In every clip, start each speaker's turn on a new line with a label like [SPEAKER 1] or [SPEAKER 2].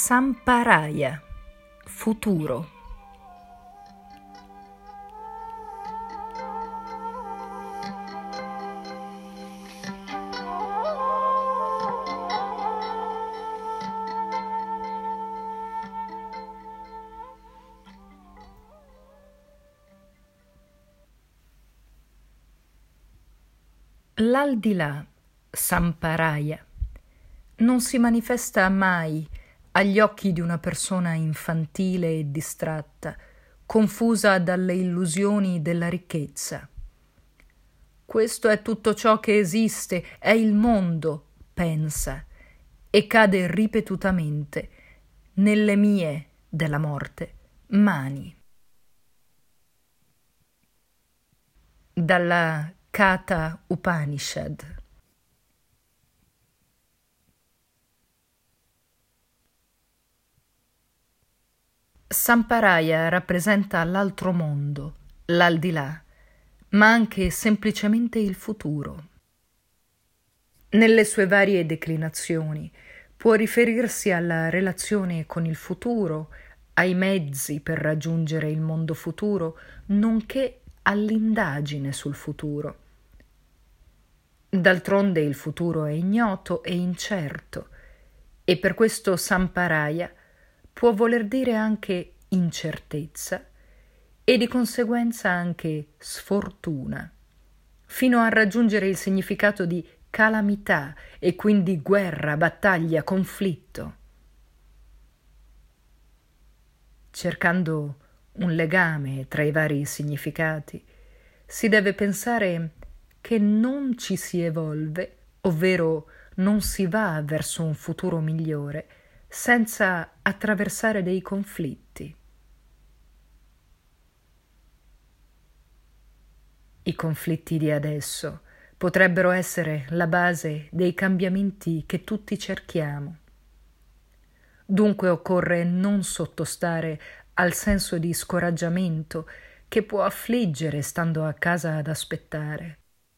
[SPEAKER 1] Samparaya, futuro. L'aldilà, Samparaya, non si manifesta mai agli occhi di una persona infantile e distratta, confusa dalle illusioni della ricchezza. Questo è tutto ciò che esiste, è il mondo, pensa, e cade ripetutamente nelle mie, della morte, mani. Dalla Katha Upanishad. Samparaya rappresenta l'altro mondo, l'aldilà, ma anche semplicemente il futuro. Nelle sue varie declinazioni può riferirsi alla relazione con il futuro, ai mezzi per raggiungere il mondo futuro, nonché all'indagine sul futuro. D'altronde il futuro è ignoto e incerto, e per questo Samparaya può voler dire anche incertezza e di conseguenza anche sfortuna, fino a raggiungere il significato di calamità e quindi guerra, battaglia, conflitto. Cercando un legame tra i vari significati, si deve pensare che non ci si evolve, ovvero non si va verso un futuro migliore, senza attraversare dei conflitti. I conflitti di adesso potrebbero essere la base dei cambiamenti che tutti cerchiamo. Dunque occorre non sottostare al senso di scoraggiamento che può affliggere stando a casa ad aspettare.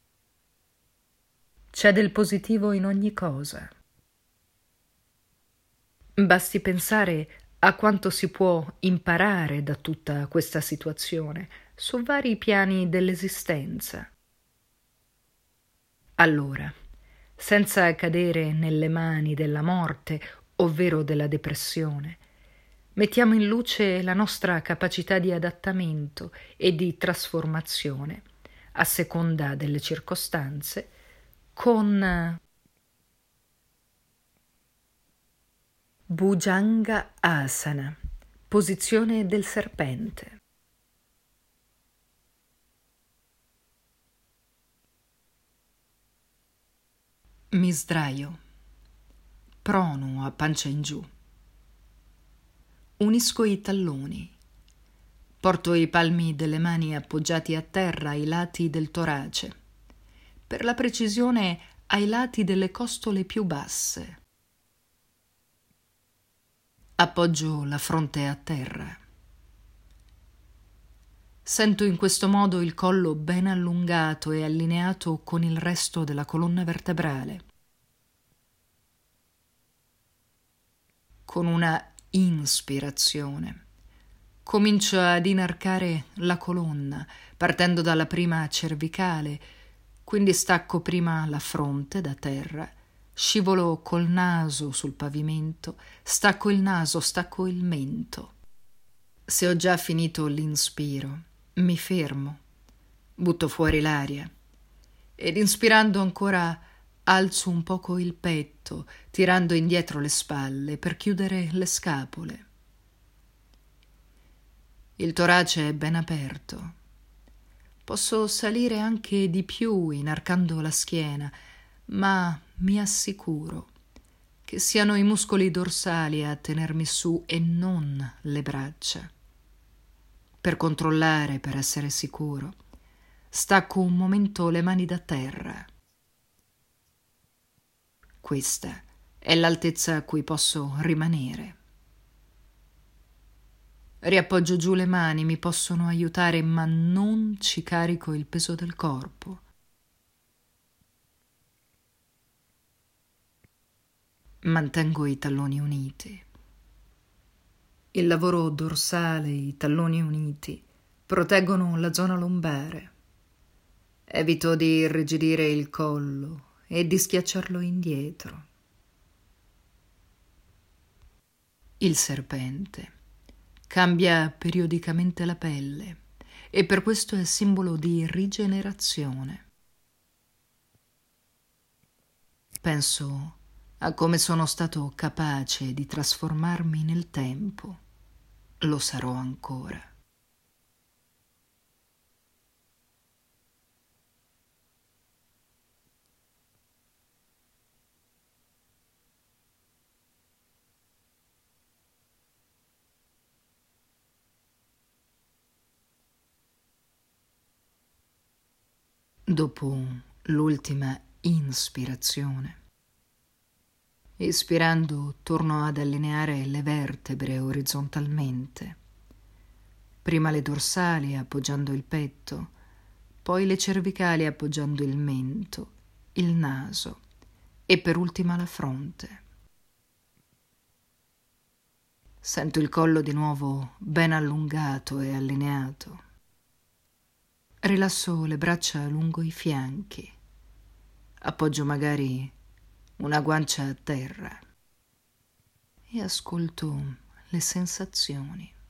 [SPEAKER 1] C'è del positivo in ogni cosa. Basti pensare a quanto si può imparare da tutta questa situazione su vari piani dell'esistenza. Allora, senza cadere nelle mani della morte, ovvero della depressione, mettiamo in luce la nostra capacità di adattamento e di trasformazione, a seconda delle circostanze, con Bhujanga Asana, posizione del serpente. Mi sdraio, prono a pancia in giù. Unisco i talloni. Porto i palmi delle mani appoggiati a terra ai lati del torace, per la precisione ai lati delle costole più basse. Appoggio la fronte a terra. Sento in questo modo il collo ben allungato e allineato con il resto della colonna vertebrale. Con una inspirazione comincio ad inarcare la colonna, partendo dalla prima cervicale, quindi stacco prima la fronte da terra, scivolo col naso sul pavimento, stacco il naso, stacco il mento. Se ho già finito l'inspiro, mi fermo, butto fuori l'aria ed inspirando ancora alzo un poco il petto, tirando indietro le spalle per chiudere le scapole. Il torace è ben aperto. Posso salire anche di più inarcando la schiena, ma mi assicuro che siano i muscoli dorsali a tenermi su e non le braccia. Per controllare, per essere sicuro, stacco un momento le mani da terra. Questa è l'altezza a cui posso rimanere. Riappoggio giù le mani, mi possono aiutare, ma non ci carico il peso del corpo. Mantengo i talloni uniti. Il lavoro dorsale, i talloni uniti, proteggono la zona lombare. Evito di irrigidire il collo e di schiacciarlo indietro. Il serpente cambia periodicamente la pelle e per questo è simbolo di rigenerazione. Penso a come sono stato capace di trasformarmi nel tempo. Lo sarò ancora. Dopo l'ultima ispirazione, ispirando, torno ad allineare le vertebre orizzontalmente. Prima le dorsali appoggiando il petto, poi le cervicali appoggiando il mento, il naso e per ultima la fronte. Sento il collo di nuovo ben allungato e allineato. Rilasso le braccia lungo i fianchi. Appoggio magari una guancia a terra e ascolto le sensazioni.